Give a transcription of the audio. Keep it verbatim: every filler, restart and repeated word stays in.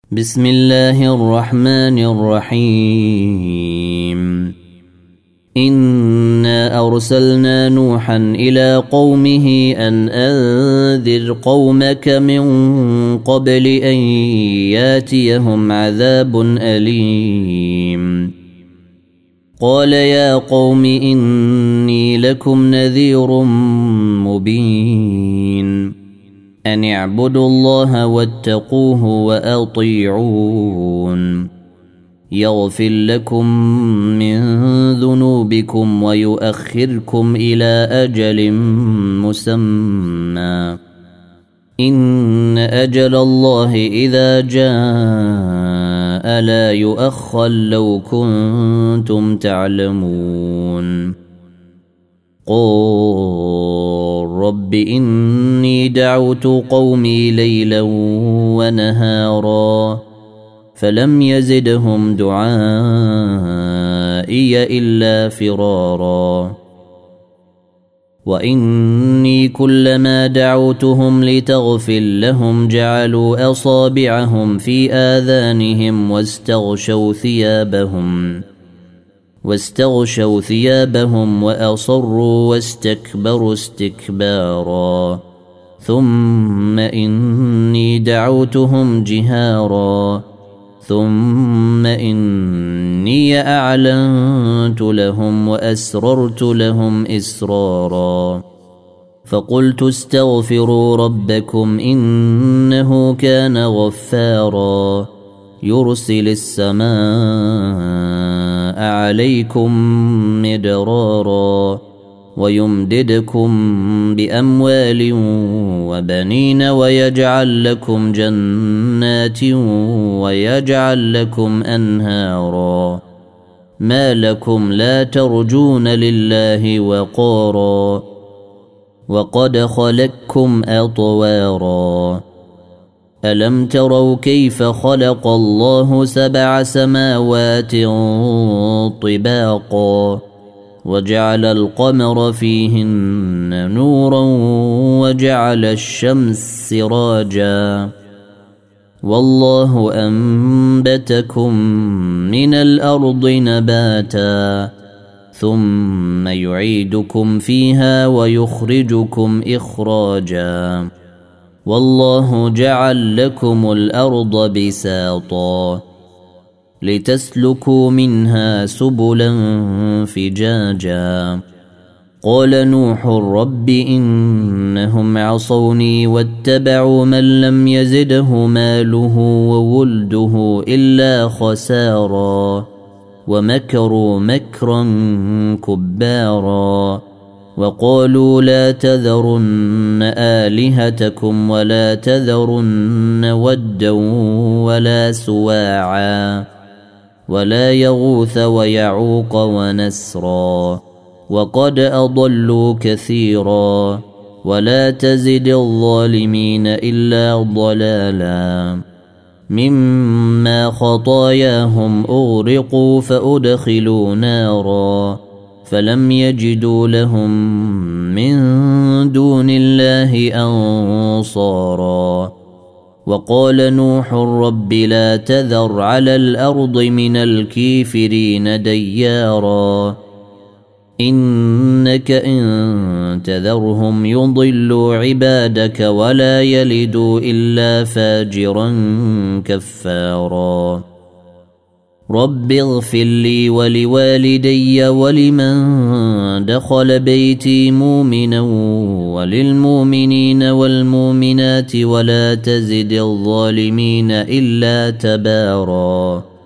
بسم الله الرحمن الرحيم. إنا أرسلنا نوحا إلى قومه أن أنذر قومك من قبل أن ياتيهم عذاب أليم. قال يا قوم إني لكم نذير مبين أن اعبدوا الله واتقوه وأطيعون يغفر لكم من ذنوبكم ويؤخركم إلى أجل مسمى إن أجل الله إذا جاء لا يؤخر لو كنتم تعلمون. قل رب إني دعوت قومي ليلا ونهارا فلم يزدهم دعائي إلا فرارا. وإني كلما دعوتهم لتغفر لهم جعلوا أصابعهم في آذانهم واستغشوا ثيابهم واستغشوا ثيابهم وأصروا واستكبروا استكبارا. ثم إني دعوتهم جهارا ثم إني أعلنت لهم وأسررت لهم إسرارا. فقلت استغفروا ربكم إنه كان غفارا يرسل السماء عليكم مدرارا ويمددكم بأموال وبنين ويجعل لكم جنات ويجعل لكم أنهارا. ما لكم لا ترجون لله وقارا وقد خلقكم أطوارا. ألم تروا كيف خلق الله سبع سماوات طباقا وجعل القمر فيهن نورا وجعل الشمس سراجا والله أنبتكم من الأرض نباتا ثم يعيدكم فيها ويخرجكم إخراجا والله جعل لكم الأرض بساطا لتسلكوا منها سبلا فجاجا. قال نوح رب إنهم عصوني واتبعوا من لم يزده ماله وولده إلا خسارا ومكروا مكرا كبارا. وقالوا لا تذرن آلهتكم ولا تذرن ودا ولا سواعا ولا يغوث ويعوق ونسرا وقد أضلوا كثيرا ولا تزد الظالمين إلا ضلالا. مما خطاياهم أغرقوا فأدخلوا نارا فلم يجدوا لهم من دون الله أنصارا. وقال نوح رب لا تذر على الأرض من الكافرين ديارا إنك إن تذرهم يضلوا عبادك ولا يلدوا إلا فاجرا كفارا. رب اغفر لي ولوالدي ولمن دخل بيتي مؤمنا وللمؤمنين والمؤمنات ولا تزد الظالمين إلا تبارا.